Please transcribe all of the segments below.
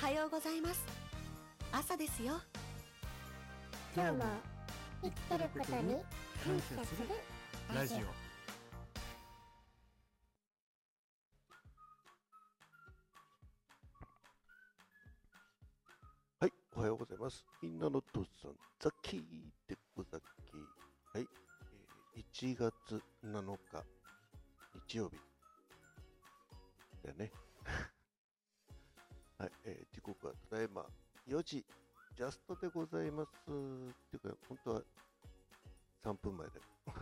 はようございます。朝ですよ。 今日も生きてることに感謝するラジオ。 はい、おはようございます。みんなの父さん、ザッキーでござっきー。はい、1月7日、日曜日だよね。はい、時刻はただいま4時ジャストでございます。っていうか、本当は3分前だよ。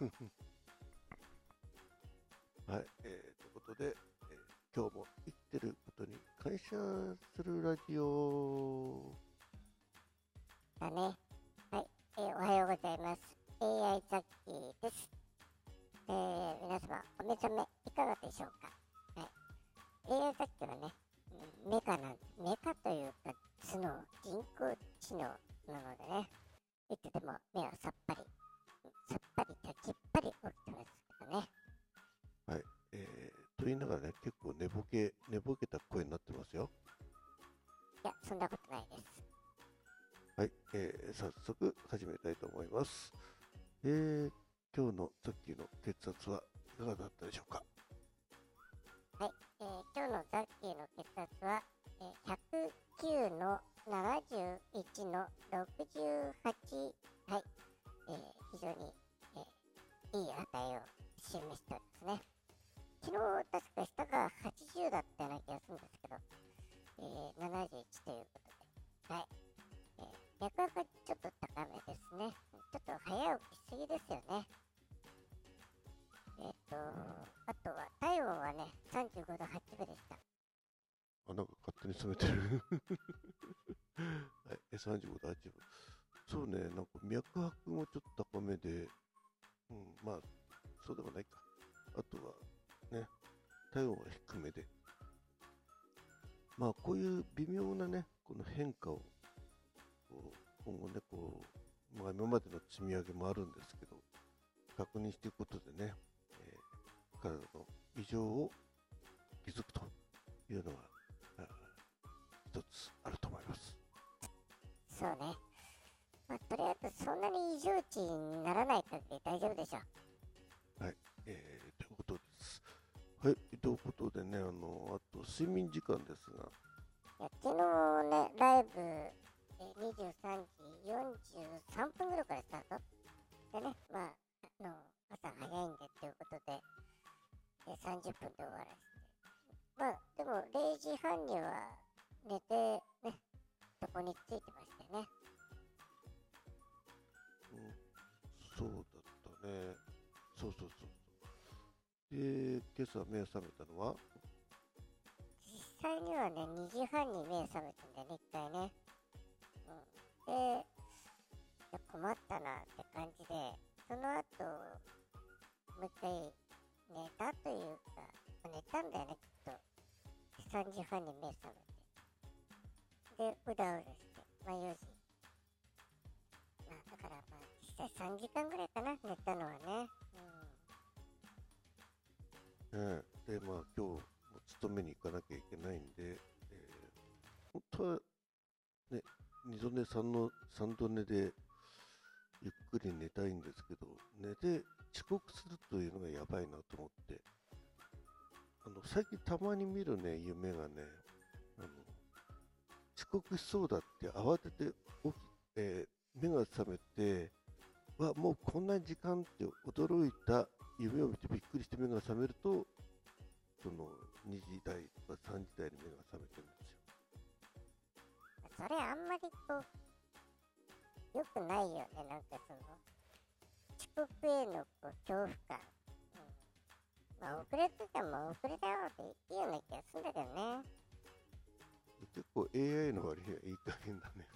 はい、ということで、今日も生きてることに感謝するラジオだね。はい、おはようございます。AI ザッキーです。皆様お目覚めいかがでしょうか。はい、AI ザッキーはね、メカというか人工知能なのでね、いつでも目はさっぱりときっぱり起きてますけどね。 はい、と言いながらね、結構寝ぼけた声になってますよ。 いや、そんなことないです。 はい、早速始めたいと思います。今日のさっきの血圧はいかがだったでしょうか。 はい、今日のザッキーの血圧は、109の71の68。はい、非常に、いい値を示しておりますね。昨日確か下が80だったような気がするんですけど、71ということで、はい、脈拍がちょっと高めですね。ちょっと早起きしすぎですよね。あとは体温はね、35度8分でした。 あ、なんか勝手に冷めてる。はい、35度8分。そうね、なんか脈拍もちょっと高めで、まあ、そうでもないか。あとはね、体温は低めで。まあ、こういう微妙なね、この変化を、今後ね、まあ、今までの積み上げもあるんですけど、確認していくことでね、体の異常を気づくというのが一つあると思います。 そうね。まあ、とりあえずそんなに異常値にならない限り大丈夫でしょう。 はい、ということです。はい、ということでね、あと睡眠時間ですが、 昨日ね、ライブ、23時43分ぐらいからスタートでね、まあ、朝早いんでということで、30分で終わらせて、まあでも0時半には寝てね、床についてましたよね。 そうだったね。そう。で、今朝目を覚めたのは実際にはね、2時半に目覚めたんだよね、一回ね。で、困ったなって感じで、その後、もう一回寝たというか、寝たんだよね、きっと。3時半に目覚めて。で、うだうだして、4時。まあ、だからまあ、実際3時間ぐらいかな、寝たのはね。 で、まあ今日も勤めに行かなきゃいけないんで、本当はね、2度寝3度寝でゆっくり寝たいんですけど、寝て遅刻するというのがやばいなと思って、最近たまに見るね、夢がね、遅刻しそうだって慌てて目が覚めて、もうこんな時間って驚いた夢を見てびっくりして目が覚めると、その2時台とか3時台に目が覚めてるんですよ。 それあんまり良くないよね。なんか遅刻への恐怖感。まあ遅れてても遅れたよっていいような気がするんだけどね。 結構 AI の割にはいい加減だね。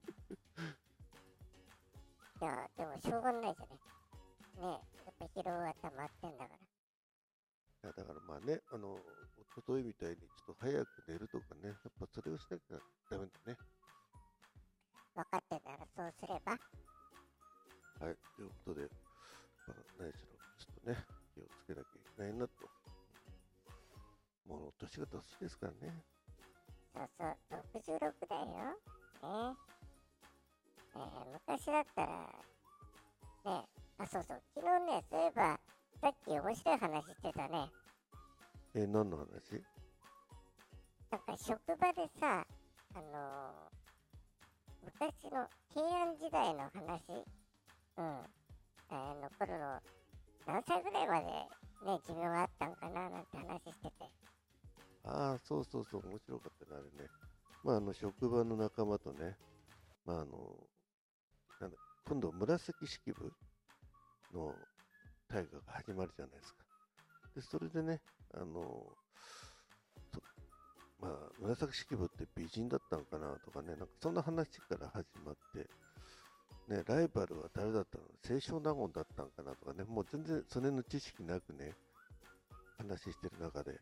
いや、でもしょうがないじゃね。ねえ、やっぱ疲労は溜まってんだから。 いやだからまあね、一昨日みたいにちょっと早く寝るとかね、やっぱそれをしなきゃダメだね。 分かってたらそうすれば。 はい、ということで、まあ、何しろちょっとね、気をつけなきゃいけないなと。もう年が経つですからね。 そうそう、66だよ。ね。昔だったら、ね、そうそう、昨日ね、そういえば、さっき面白い話してたね。 何の話？ なんか職場でさ、昔の平安時代の話、の頃の何歳ぐらいまでね、寿命があったんかななんて話してて。 ああ、そうそうそう、面白かったね、あれね。職場の仲間とね、なんだ、今度、紫式部の大河が始まるじゃないですか。で、それでね、紫式部って美人だったんかなとかね、なんかそんな話から始まって、ね、ライバルは誰だったの？清少納言だったんかなとかね、もう全然それの知識なくね、話してる中で、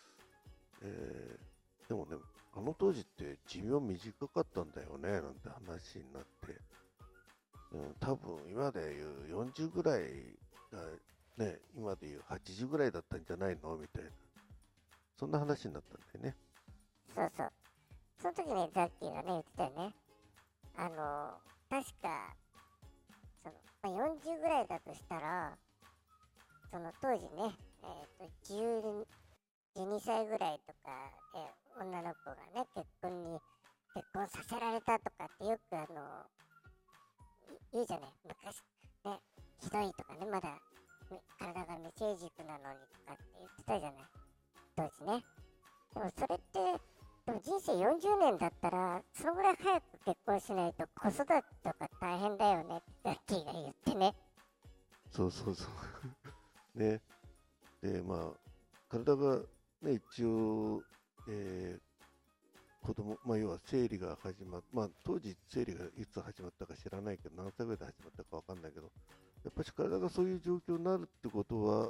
でもね、あの当時って寿命短かったんだよね、なんて話になって、多分今でいう40ぐらいがね、今でいう80ぐらいだったんじゃないのみたいな、そんな話になったんだよね。 そうそう。その時ね、ザッキーがね、言ってたよね。確か、40ぐらいだとしたら、その当時ね、12歳ぐらいとかで女の子がね、結婚させられたとかってよく言うじゃない。昔、ね、ひどいとかね、まだ体が未成熟なのにとかって言ってたじゃない。当時ね。でもそれって、でも人生40年だったら、そのぐらい早く結婚しないと子育てとか大変だよねってザッキーが言ってね。 そうそうそう。ね。で、体がね、一応、子供、要は生理が始まっ当時生理がいつ始まったか知らないけど、何歳ぐらいで始まったかわかんないけど、やっぱり体がそういう状況になるってことは、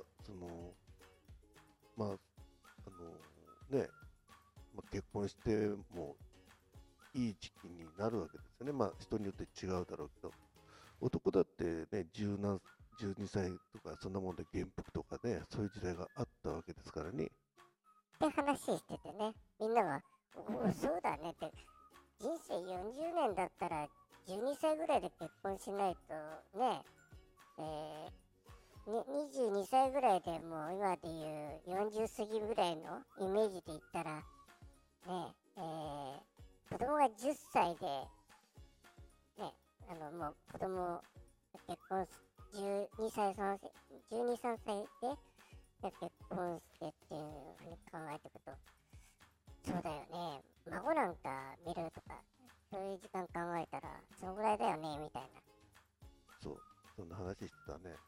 ね、結婚してもいい時期になるわけですよね。人によって違うだろうけど、男だってね、12歳とかそんなもんで元服とかね、そういう時代があったわけですからね。 って話しててね、みんなが、そうだねって、人生40年だったら12歳ぐらいで結婚しないとね、22歳ぐらいでもう今でいう40過ぎぐらいのイメージで言ったら、ね、子供が10歳で、ね、もう子供結婚12歳、12、3歳で結婚してっていうふうに考えていくと、そうだよね、孫なんか見るとか、そういう時間考えたら、そのぐらいだよね、みたいな。 そう、そんな話してたね。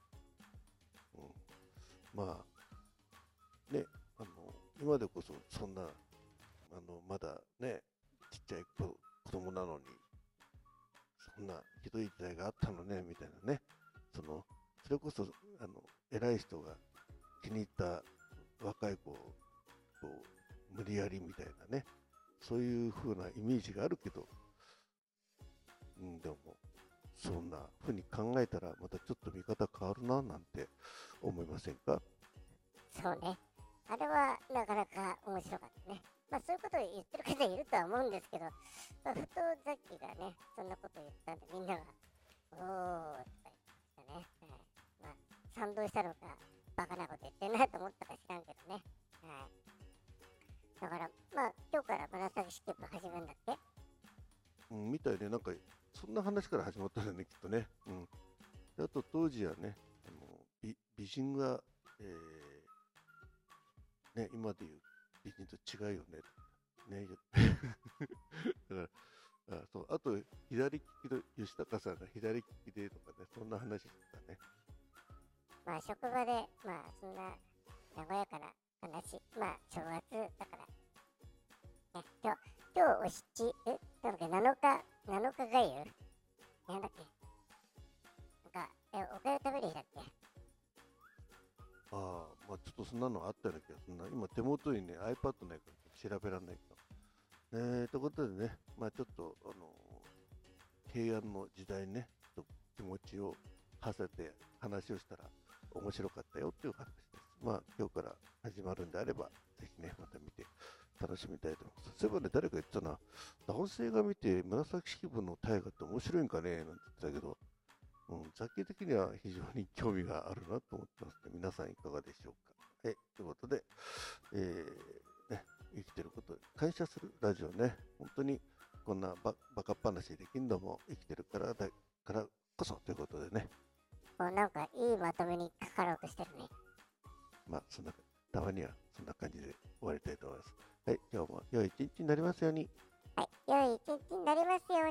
ね、今でこそそんな、まだね、ちっちゃい子供なのに、そんなひどい時代があったのね、みたいなね。それこそ、偉い人が気に入った若い子を無理やりみたいなね、そういう風なイメージがあるけど、でも、そんな風に考えたら、またちょっと見方変わるな、なんて思いませんか？ そうね。あれはなかなか面白かったね。そういうことを言ってる方いるとは思うんですけど、ふとザッキーがね、そんなこと言ったんで、みんなが、おーとか言ってね。賛同したのか、バカなこと言ってんなと思ったか知らんけどね。だから、今日から紫式部始めるんだっけ？ みたいね、なんか、そんな話から始まったんだよね、きっとね。であと、当時はね、美人が、ね、今でいう美人と違うよね。ねだからそう、あと、左利きの吉高さんが左利きでとかね、そんな話してたね。 職場で、そんな和やかな話、正月だから、ね、今日お七、なんだっけ、7日がゆなんだっけ、おかゆ食べる日だっけ？ ちょっとそんなのあったような気がするな。今手元にね、iPad ないから調べられないけど。ということでね、ちょっと、平安の時代にね、ちょっと気持ちを馳せて話をしたら面白かったよっていう話です。今日から始まるんであれば、ぜひね、また見て楽しみたいと思います。そういえばね、誰か言ってたな、男性が見て紫式部の大河って面白いんかねなんて言ってたけど、雑記的には非常に興味があるなと思ってますね。皆さんいかがでしょうか。はい、ということで、ね、生きてることに感謝するラジオね、本当にこんなバカっ話できんのも生きてるからこそということでね、 なんかいいまとめにかかろうとしてるね。 まあ、たまにはそんな感じで終わりたいと思います。はい、今日も良い一日になりますように。 はい、良い一日になりますように。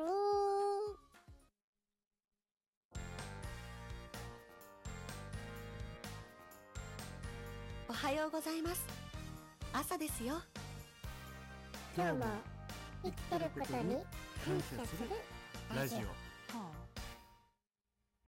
おはようございます。朝ですよ。 今日も生きてることに感謝するラジオ。